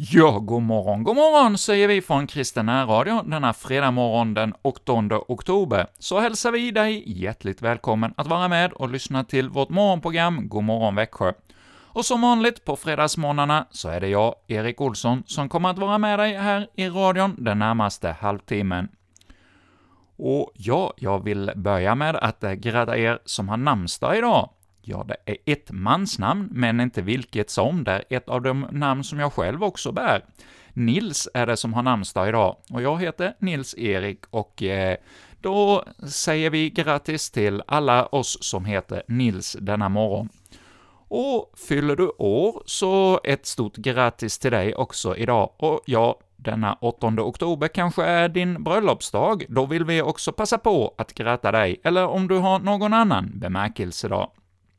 Ja, god morgon säger vi från Kristen Radio denna fredag morgon den 8 oktober. Så hälsar vi dig hjärtligt välkommen att vara med och lyssna till vårt morgonprogram God morgon Växjö. Och som vanligt på fredagsmorgnarna så är det jag, Erik Olsson, som kommer att vara med dig här i radion den närmaste halvtimmen. Och ja, jag vill börja med att gratta er som har namnsdag idag. Ja, det är ett mansnamn, men inte vilket som. Det är ett av de namn som jag själv också bär. Nils är det som har namnsdag idag, och jag heter Nils Erik, och då säger vi grattis till alla oss som heter Nils denna morgon. Och fyller du år, så ett stort grattis till dig också idag. Och ja, denna 8 oktober kanske är din bröllopsdag, då vill vi också passa på att gratta dig, eller om du har någon annan bemärkelsedag.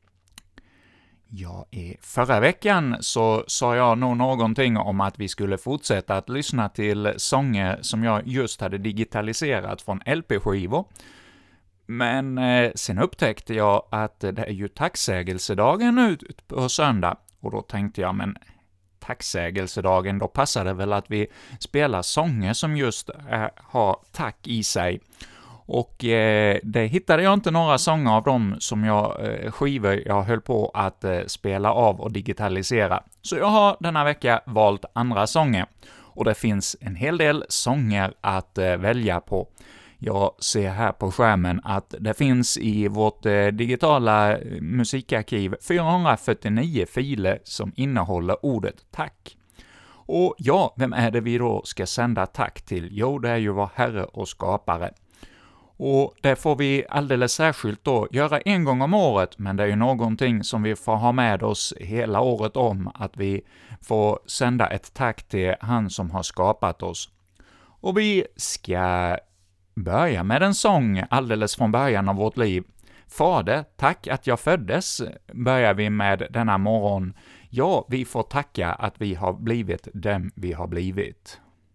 Ja, i förra veckan så sa jag nog någonting om att vi skulle fortsätta att lyssna till sånger som jag just hade digitaliserat från LP-skivor. Men sen upptäckte jag att det är ju tacksägelsedagen ut på söndag, och då tänkte jag, men tacksägelsedagen, då passar det väl att vi spelar sånger som just har tack i sig. Och det hittade jag inte några sånger av dem som skivor jag höll på att spela av och digitalisera. Så jag har denna vecka valt andra sånger. Och det finns en hel del sånger att välja på. Jag ser här på skärmen att det finns i vårt digitala musikarkiv 449 filer som innehåller ordet tack. Och ja, vem är det vi då ska sända tack till? Jo, det är ju vår Herre och skapare. Och det får vi alldeles särskilt då göra en gång om året, men det är ju någonting som vi får ha med oss hela året om, att vi får sända ett tack till han som har skapat oss. Och vi ska börja med en sång alldeles från början av vårt liv. Fader, tack att jag föddes, börjar vi med denna morgon. Ja, vi får tacka att vi har blivit dem vi har blivit.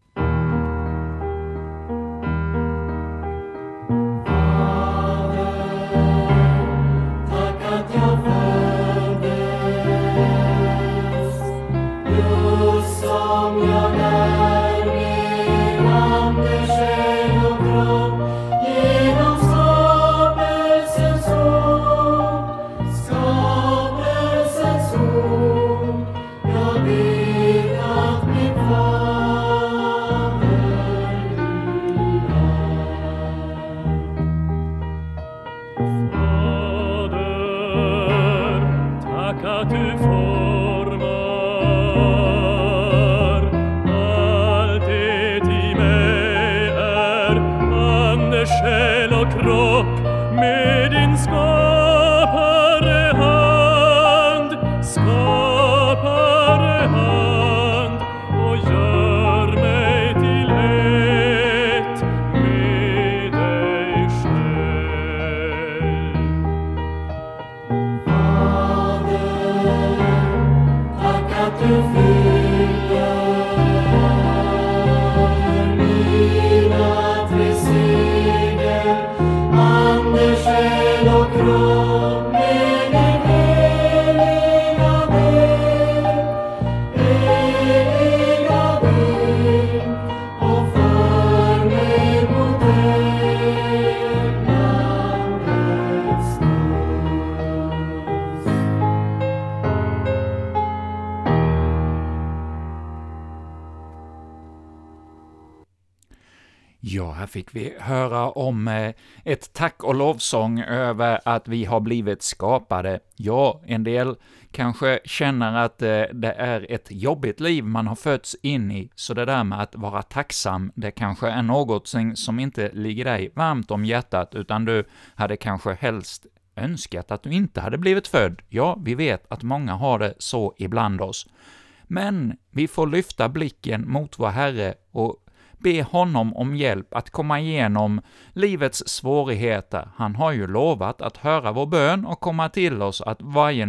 Ja, här fick vi höra om ett tack och lovsång över att vi har blivit skapade. Ja, en del kanske känner att det är ett jobbigt liv man har fötts in i, så det där med att vara tacksam, det kanske är något som inte ligger dig varmt om hjärtat, utan du hade kanske helst önskat att du inte hade blivit född. Ja, vi vet att många har det så ibland oss. Men vi får lyfta blicken mot vår Herre och be honom om hjälp att komma igenom livets svårigheter. Han har ju lovat att höra vår bön och komma till oss, att varje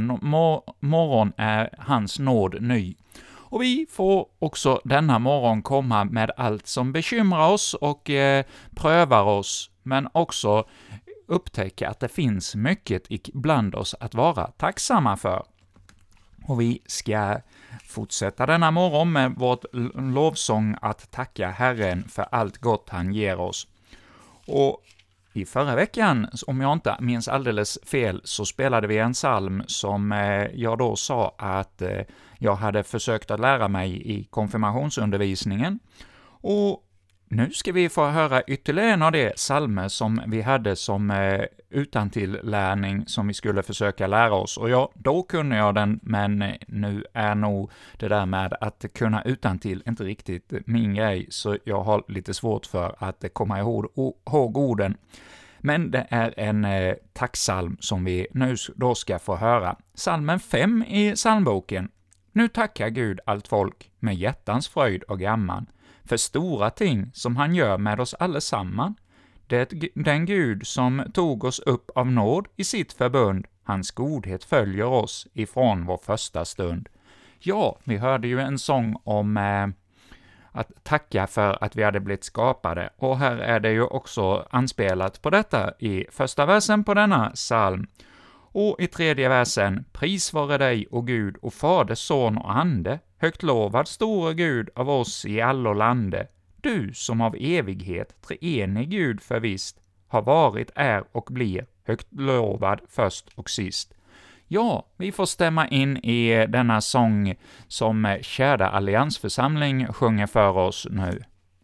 morgon är hans nåd ny. Och vi får också denna morgon komma med allt som bekymrar oss och prövar oss, men också upptäcka att det finns mycket bland oss att vara tacksamma för. Och vi ska fortsätta denna morgon med vårt lovsång att tacka Herren för allt gott han ger oss. Och i förra veckan, om jag inte minns alldeles fel, så spelade vi en psalm som jag då sa att jag hade försökt att lära mig i konfirmationsundervisningen. Och nu ska vi få höra ytterligare en av de psalmer som vi hade som utantillärning som vi skulle försöka lära oss. Och ja, då kunde jag den, men nu är nog det där med att kunna utantill inte riktigt min grej, så jag har lite svårt för att komma ihåg orden. Men det är en tacksalm som vi nu då ska få höra. Psalmen 5 i psalmboken. Nu tackar Gud allt folk med hjärtans fröjd och gamman, för stora ting som han gör med oss allesamman. Det är den Gud som tog oss upp av nåd i sitt förbund, hans godhet följer oss ifrån vår första stund. Ja, vi hörde ju en sång om att tacka för att vi hade blivit skapade, och här är det ju också anspelat på detta i första versen på denna psalm. Och i tredje versen, pris vare dig, o Gud, och Fader, Son och Ande, högt lovad store Gud av oss i allo lande, du som av evighet, treenig Gud förvisst, har varit, är och blir, högt lovad först och sist. Ja, vi får stämma in i denna sång som Kärda Alliansförsamling sjunger för oss nu.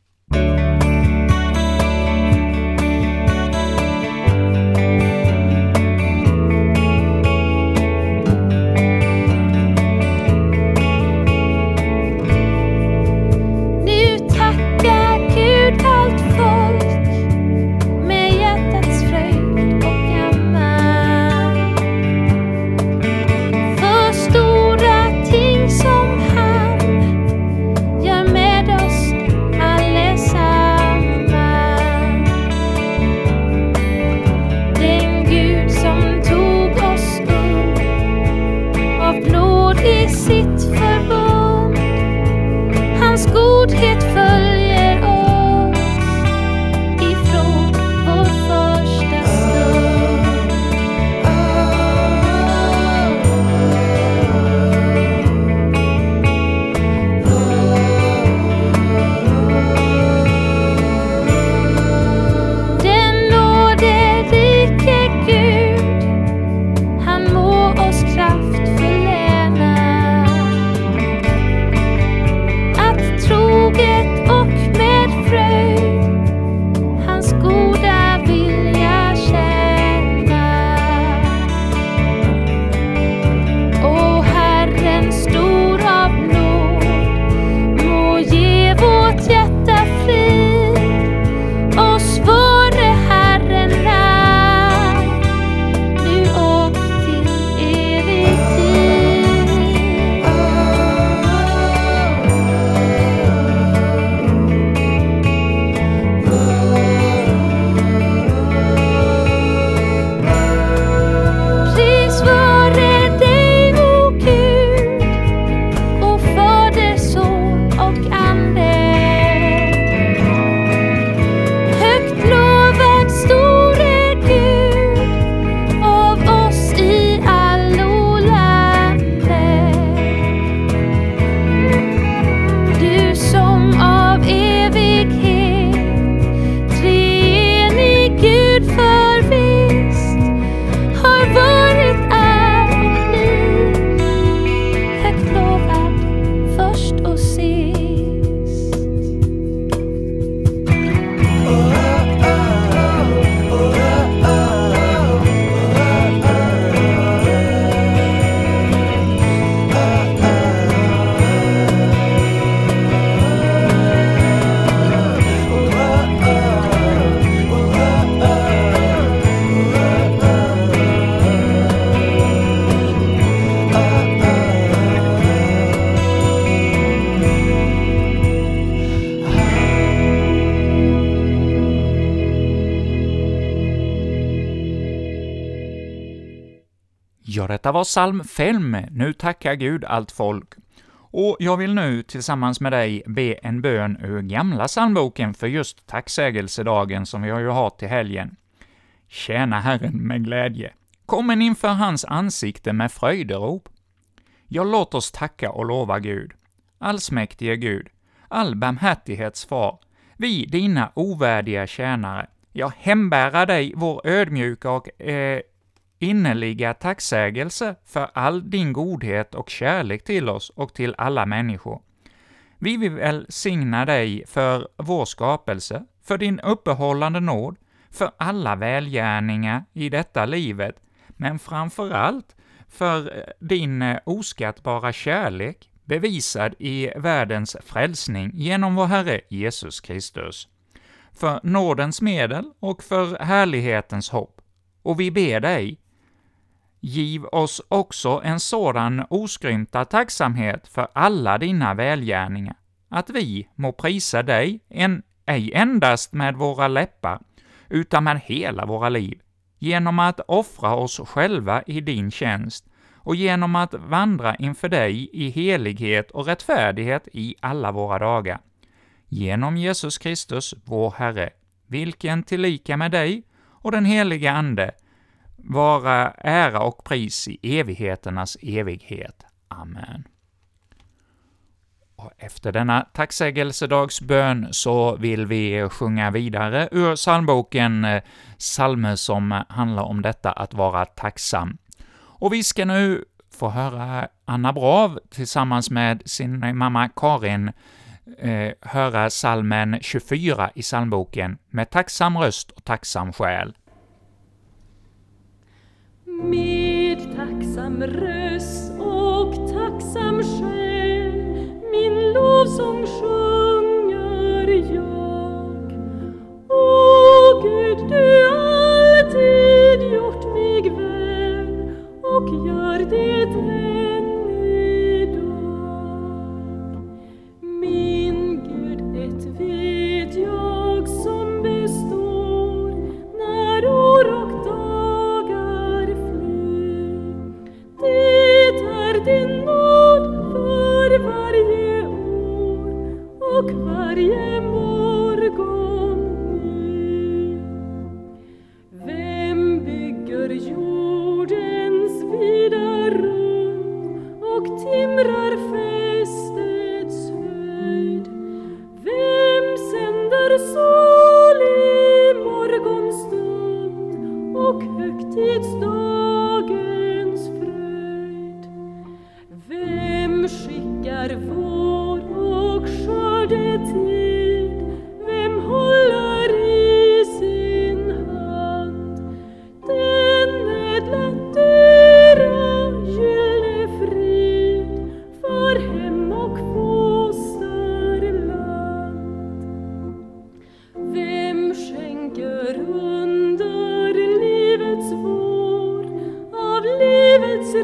Ja, detta var psalm 5, nu tackar Gud allt folk. Och jag vill nu tillsammans med dig be en bön ur gamla psalmboken för just tacksägelsedagen som vi har ju har till helgen. Tjäna Herren med glädje, kommen inför hans ansikte med fröjderop. Ja, låt oss tacka och lova Gud, allsmäktige Gud, all barmhärtighets far, vi dina ovärdiga tjänare, jag hembära dig vår ödmjuka och innerliga tacksägelse för all din godhet och kärlek till oss och till alla människor. Vi vill välsigna dig för vår skapelse, för din uppehållande nåd, för alla välgärningar i detta livet, men framför allt för din oskattbara kärlek, bevisad i världens frälsning genom vår Herre Jesus Kristus, för nådens medel och för härlighetens hopp. Och vi ber dig, giv oss också en sådan oskrymtad tacksamhet för alla dina välgärningar, att vi må prisa dig, ej endast med våra läppar, utan med hela våra liv, genom att offra oss själva i din tjänst, och genom att vandra inför dig i helighet och rättfärdighet i alla våra dagar. Genom Jesus Kristus, vår Herre, vilken tillika med dig och den heliga Ande vara ära och pris i evigheternas evighet. Amen. Och efter denna tacksägelsedagsbön så vill vi sjunga vidare ur psalmboken, psalmer som handlar om detta att vara tacksam. Och vi ska nu få höra Anna Brav tillsammans med sin mamma Karin höra psalmen 24 i psalmboken, med tacksam röst och tacksam själ. Med tacksam röst och tacksam själ min lovsång sjunger jag. O Gud, du alltid gjort mig väl och gör det än idag. Min Gud, ett vet jag som består när år och dagar flyr. Det är din nåd för varje år och varje morgon ny. Vem bygger jordens vida rund och timrar fästets höjd? Vem sänder sol i morgonstund och högtidsdagens fröjd? Vem skickar vår och skördetid? Vem håller i sin hand den ädla dyra gyllene frid för hem och fosterland? Vem skänker under livets vår av livets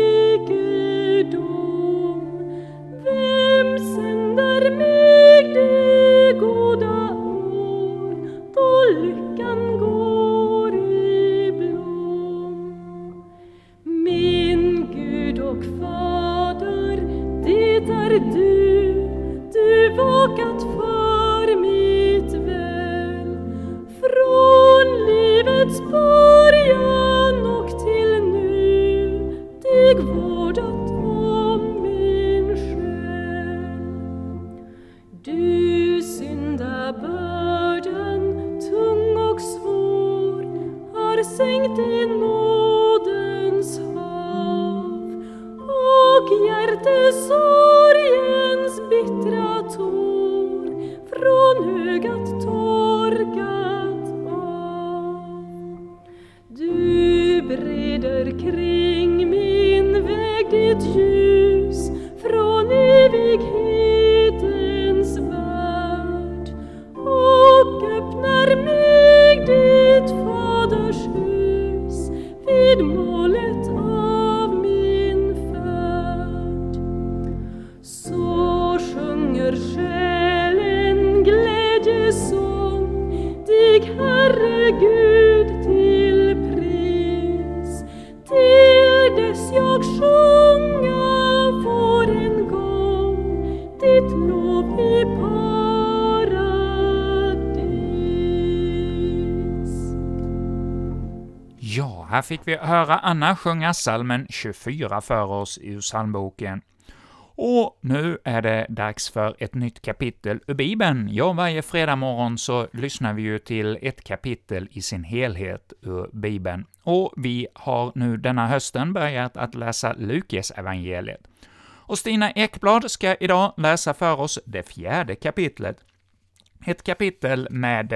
rikedom? Vem sänder mig de goda år då lyckan går i blom? Min Gud och Fader, det är du vakat för mitt väl. Från livets början och till nu, dig vårdat om min själ. Du syndabördan, tung och svår, har sänkt i nådens hav, och hjärtesorgens bittra tår från ögat torkat av. Du breder kring min väg ditt ljus från evighetens värld och öppnar mig ditt faders hus vid målet av min färd. Så sjunger själen glädjesång, dig Herre Gud till pris, till dess jag sjunga får en gång Här fick vi höra Anna sjunga psalmen 24 för oss ur psalmboken. Och nu är det dags för ett nytt kapitel ur Bibeln. Ja, varje fredag morgon så lyssnar vi ju till ett kapitel i sin helhet ur Bibeln. Och vi har nu denna hösten börjat att läsa Lukas evangeliet. Och Stina Ekblad ska idag läsa för oss det 4:e kapitlet. Ett kapitel med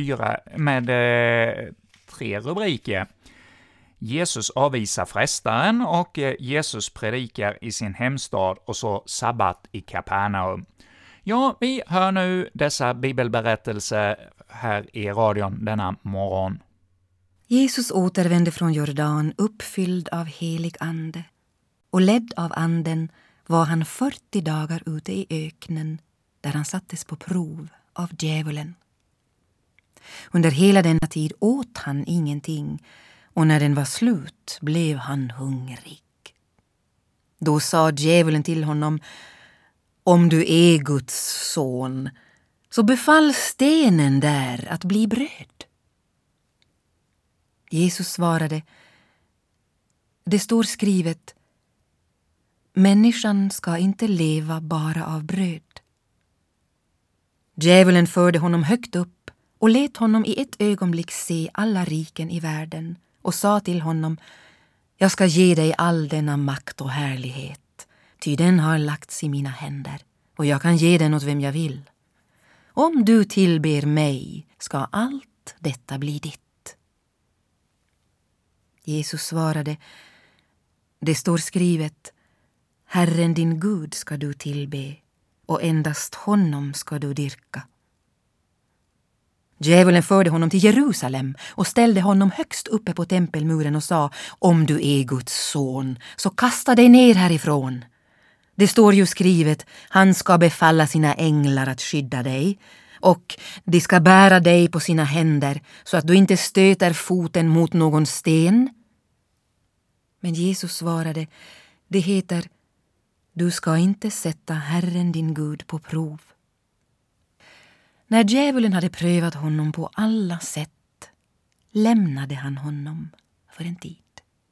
3 rubriker. Jesus avvisar frestaren och Jesus predikar i sin hemstad och så sabbat i Kapernaum. Ja, vi hör nu dessa bibelberättelser här i radion denna morgon. Jesus återvände från Jordan uppfylld av helig ande, och ledd av anden var han 40 dagar ute i öknen, där han sattes på prov av djävulen. Under hela denna tid åt han ingenting, och när den var slut blev han hungrig. Då sa djävulen till honom: om du är Guds son, så befall stenen där att bli bröd. Jesus svarade: det står skrivet, människan ska inte leva bara av bröd. Djävulen förde honom högt upp och lät honom i ett ögonblick se alla riken i världen och sa till honom: jag ska ge dig all denna makt och härlighet, ty den har lagts i mina händer, och jag kan ge den åt vem jag vill. Om du tillber mig ska allt detta bli ditt. Jesus svarade: det står skrivet, Herren din Gud ska du tillbe, och endast honom ska du dyrka. Djävulen förde honom till Jerusalem och ställde honom högst uppe på tempelmuren och sa: om du är Guds son, så kasta dig ner härifrån. Det står ju skrivet, han ska befalla sina änglar att skydda dig, och de ska bära dig på sina händer så att du inte stöter foten mot någon sten. Men Jesus svarade: det heter, du ska inte sätta Herren din Gud på prov. När djävulen hade prövat honom på alla sätt lämnade han honom för en tid.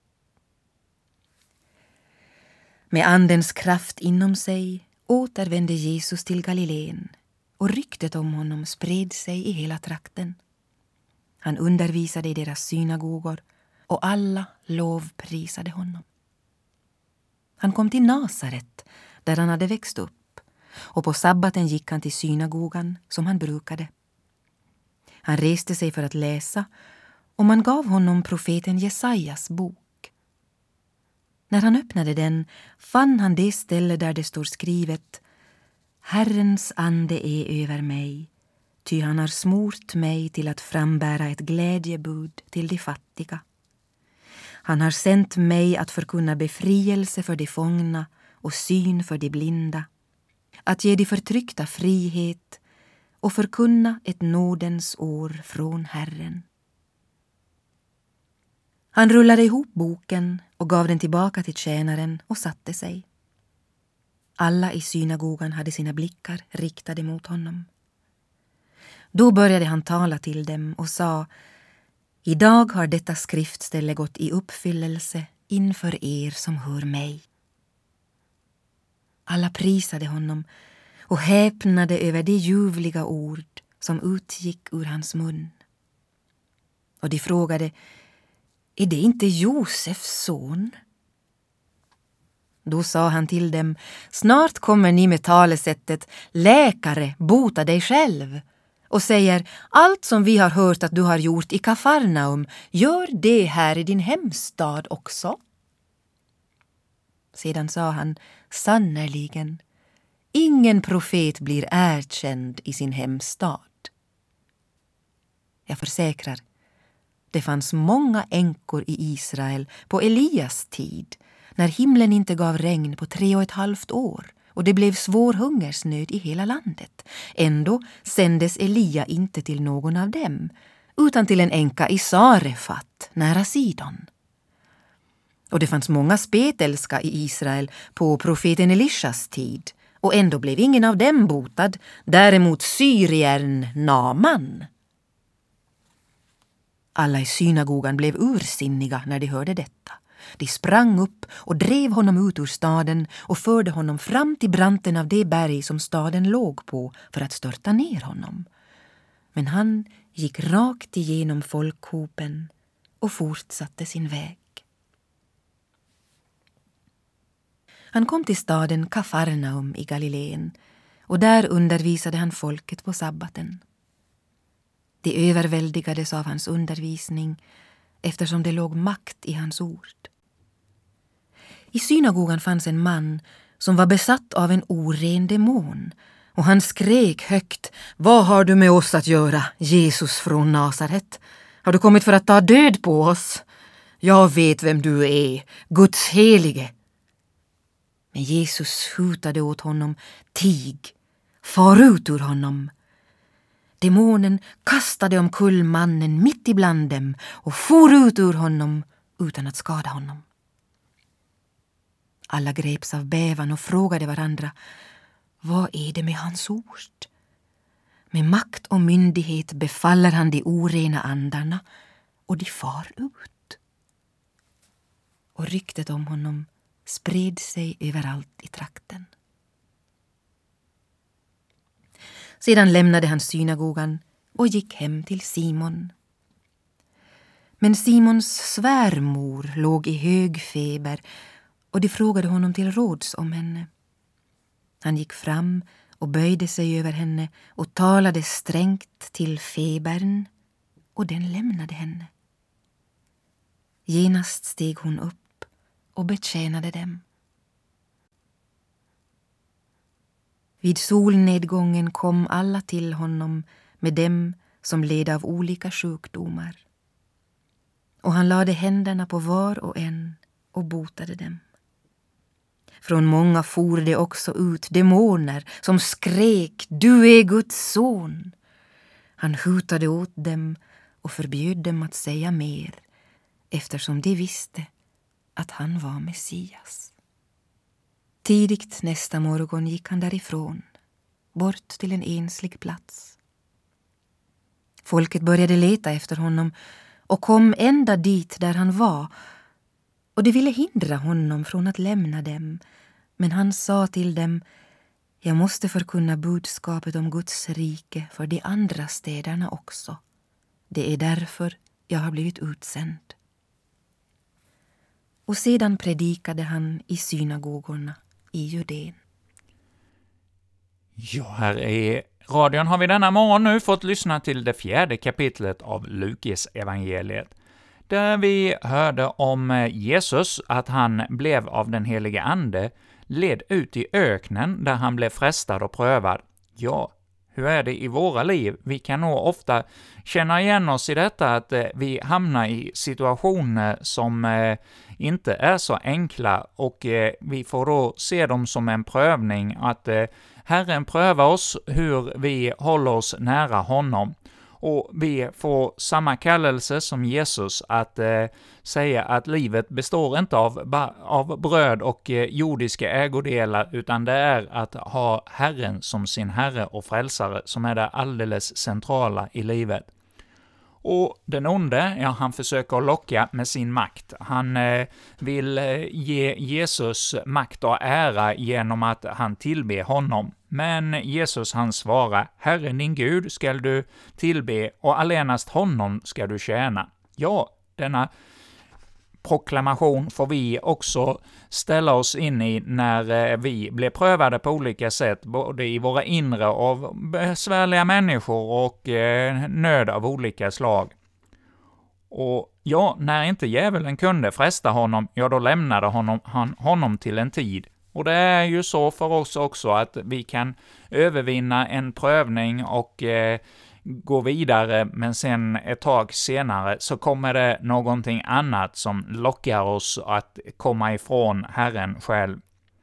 Med andens kraft inom sig återvände Jesus till Galileen, och ryktet om honom spred sig i hela trakten. Han undervisade i deras synagogor, och alla lovprisade honom. Han kom till Nasaret, där han hade växt upp, och på sabbaten gick han till synagogan som han brukade. Han reste sig för att läsa, och man gav honom profeten Jesajas bok. När han öppnade den fann han det ställe där det står skrivet: Herrens ande är över mig, ty han har smort mig till att frambära ett glädjebud till de fattiga. Han har sänt mig att förkunna befrielse för de fångna och syn för de blinda, att ge de förtryckta frihet och förkunna ett nådens år från Herren. Han rullade ihop boken och gav den tillbaka till tjänaren och satte sig. Alla i synagogan hade sina blickar riktade mot honom. Då började han tala till dem och sa: idag har detta skriftställe gått i uppfyllelse inför er som hör mig. Alla prisade honom och häpnade över de ljuvliga ord som utgick ur hans mun. Och de frågade: är det inte Josefs son? Då sa han till dem: snart kommer ni med talesättet läkare, bota dig själv, och säger: allt som vi har hört att du har gjort i Kafarnaum, gör det här i din hemstad också. Sedan sa han: sannerligen, ingen profet blir erkänd i sin hemstad. Jag försäkrar, det fanns många änkor i Israel på Elias tid, när himlen inte gav regn på 3,5 år och det blev svår hungersnöd i hela landet. Ändå sändes Elia inte till någon av dem, utan till en änka i Sarefat nära Sidon. Och det fanns många spetälska i Israel på profeten Elishas tid, och ändå blev ingen av dem botad, däremot syriern Naaman. Alla i synagogan blev ursinniga när de hörde detta. De sprang upp och drev honom ut ur staden och förde honom fram till branten av det berg som staden låg på för att störta ner honom. Men han gick rakt igenom folkhopen och fortsatte sin väg. Han kom till staden Kafarnaum i Galileen och där undervisade han folket på sabbaten. De överväldigades av hans undervisning eftersom det låg makt i hans ord. I synagogan fanns en man som var besatt av en oren demon och han skrek högt: "Vad har du med oss att göra, Jesus från Nasaret? Har du kommit för att ta död på oss? Jag vet vem du är, Guds helige." Men Jesus hotade åt honom: "Tig, far ut ur honom." Demonen kastade omkull mannen mitt ibland dem och for ut ur honom utan att skada honom. Alla greps av bävan och frågade varandra: "Vad är det med hans ord? Med makt och myndighet befaller han de orena andarna och de far ut." Och ryktet om honom spred sig överallt i trakten. Sedan lämnade han synagogan och gick hem till Simon. Men Simons svärmor låg i hög feber och de frågade honom till råds om henne. Han gick fram och böjde sig över henne och talade strängt till febern, och den lämnade henne. Genast steg hon upp och betjänade dem. Vid solnedgången kom alla till honom med dem som led av olika sjukdomar. Och han lade händerna på var och en och botade dem. Från många for det också ut demoner som skrek: "Du är Guds son." Han hotade åt dem och förbjöd dem att säga mer, eftersom de visste att han var Messias. Tidigt nästa morgon gick han därifrån, bort till en enslig plats. Folket började leta efter honom och kom ända dit där han var, och de ville hindra honom från att lämna dem. Men han sa till dem: "Jag måste förkunna budskapet om Guds rike för de andra städerna också. Det är därför jag har blivit utsänd." Och sedan predikade han i synagogorna i Judeen. Ja, här i radion har vi denna morgon nu fått lyssna till det 4:e kapitlet av Lukas evangeliet, där vi hörde om Jesus, att han blev av den helige ande led ut i öknen där han blev frestad och prövad. Ja, hur är det i våra liv? Vi kan nog ofta känna igen oss i detta, att vi hamnar i situationer som inte är så enkla, och vi får då se dem som en prövning, att Herren prövar oss hur vi håller oss nära honom. Och vi får samma kallelse som Jesus att säga att livet består inte av bröd och jordiska ägodelar, utan det är att ha Herren som sin Herre och frälsare som är det alldeles centrala i livet. Och den onde, ja, han försöker locka med sin makt. Han vill ge Jesus makt och ära genom att han tillber honom. Men Jesus han svarar: "Herren din Gud skall du tillbe, och allenast honom ska du tjäna." Ja, denna proklamation får vi också ställa oss in i när vi blir prövade på olika sätt, både i våra inre av besvärliga människor och nöd av olika slag. Och ja, när inte djävulen kunde fresta honom, ja, då lämnade han honom till en tid. Och det är ju så för oss också, att vi kan övervinna en prövning och gå vidare, men sen ett tag senare så kommer det någonting annat som lockar oss att komma ifrån Herren själv.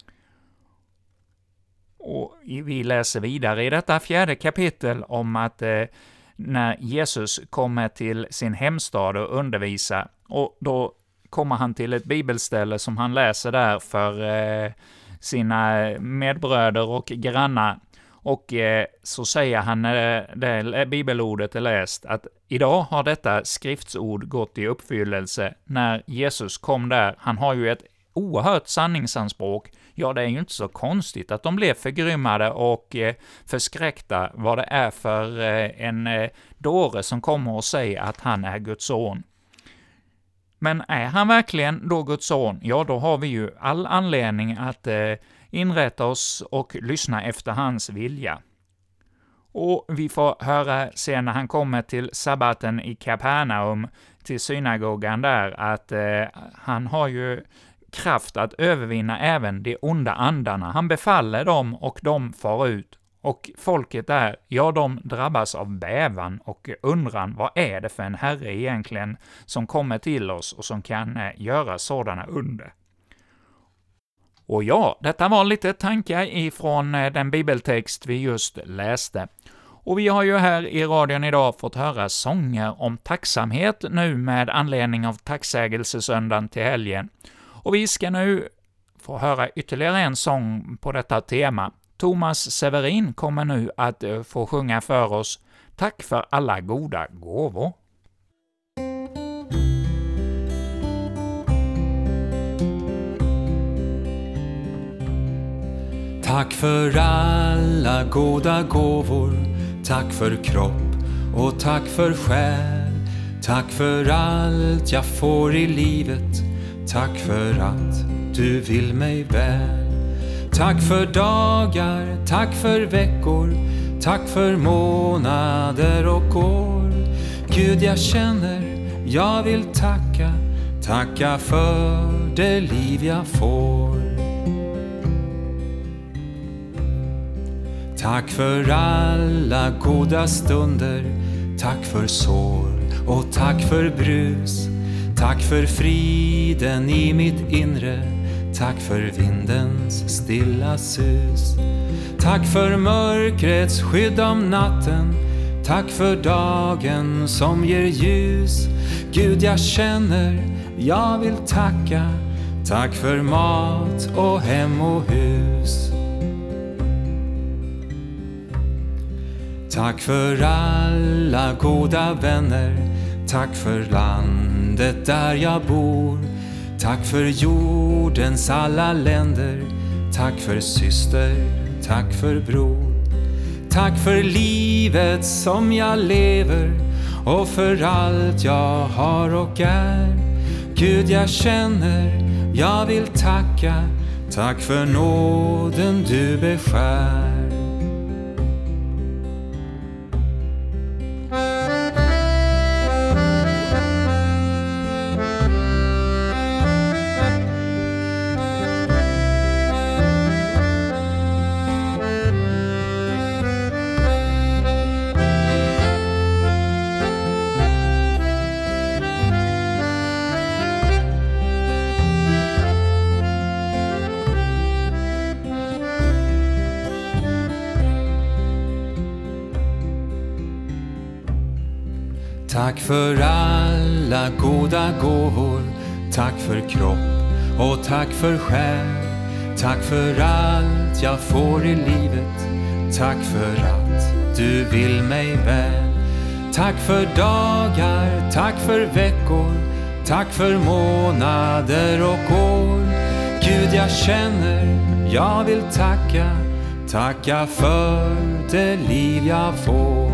Och vi läser vidare i detta 4:e kapitel om att när Jesus kommer till sin hemstad och undervisar, och då kommer han till ett bibelställe som han läser där för sina medbröder och grannar. Och så säger han när det bibelordet är läst att idag har detta skriftsord gått i uppfyllelse när Jesus kom där. Han har ju ett oerhört sanningsanspråk. Ja, det är ju inte så konstigt att de blev förgrymmade och förskräckta vad det är för en dåre som kommer och säger att han är Guds son. Men är han verkligen då Guds son? Ja, då har vi ju all anledning att inrätta oss och lyssna efter hans vilja. Och vi får höra sen när han kommer till sabbaten i Kapernaum, till synagogan där, att han har ju kraft att övervinna även de onda andarna. Han befaller dem och de far ut. Och folket där, ja, de drabbas av bävan och undran, vad är det för en herre egentligen som kommer till oss och som kan göra sådana under? Och ja, detta var lite tankar ifrån den bibeltext vi just läste. Och vi har ju här i radion idag fått höra sånger om tacksamhet nu med anledning av tacksägelsesöndagen till helgen. Och vi ska nu få höra ytterligare en sång på detta tema. Thomas Severin kommer nu att få sjunga för oss Tack för alla goda gåvor. Tack för alla goda gåvor, tack för kropp och tack för själ. Tack för allt jag får i livet, tack för att du vill mig väl. Tack för dagar, tack för veckor, tack för månader och år. Gud, jag känner, jag vill tacka för det liv jag får. Tack för alla goda stunder, tack för sorg och tack för brus. Tack för friden i mitt inre, tack för vindens stilla sus. Tack för mörkrets skydd om natten, tack för dagen som ger ljus. Gud, jag känner, jag vill tack för mat och hem och hus. Tack för alla goda vänner, tack för landet där jag bor. Tack för jordens alla länder, tack för syster, tack för bror. Tack för livet som jag lever och för allt jag har och är. Gud, jag känner, jag vill tack för nåden du beskär. Tack för alla goda gåvor, tack för kropp och tack för själ. Tack för allt jag får i livet, tack för att du vill mig väl. Tack för dagar, tack för veckor, tack för månader och år. Gud, jag känner, jag vill tacka för det liv jag får.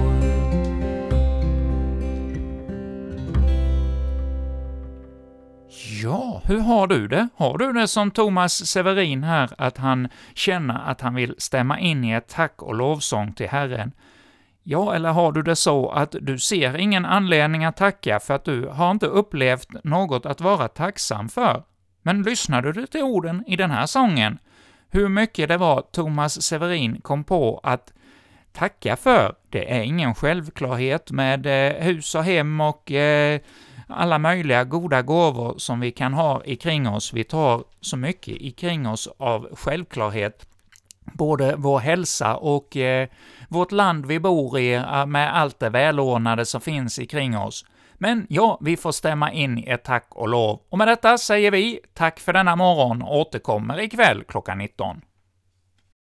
Ja, hur har du det? Har du det som Thomas Severin här, att han känner att han vill stämma in i ett tack och lovsång till Herren? Ja, eller har du det så att du ser ingen anledning att tacka för att du har inte upplevt något att vara tacksam för? Men lyssnade du till orden i den här sången? Hur mycket det var Thomas Severin kom på att tacka för? Det är ingen självklarhet med hus och hem och alla möjliga goda gåvor som vi kan ha ikring oss. Vi tar så mycket ikring oss av självklarhet. Både vår hälsa och vårt land vi bor i med allt det välordnade som finns ikring oss. Men ja, vi får stämma in i ett tack och lov. Och med detta säger vi tack för denna morgon och återkommer ikväll klockan 19.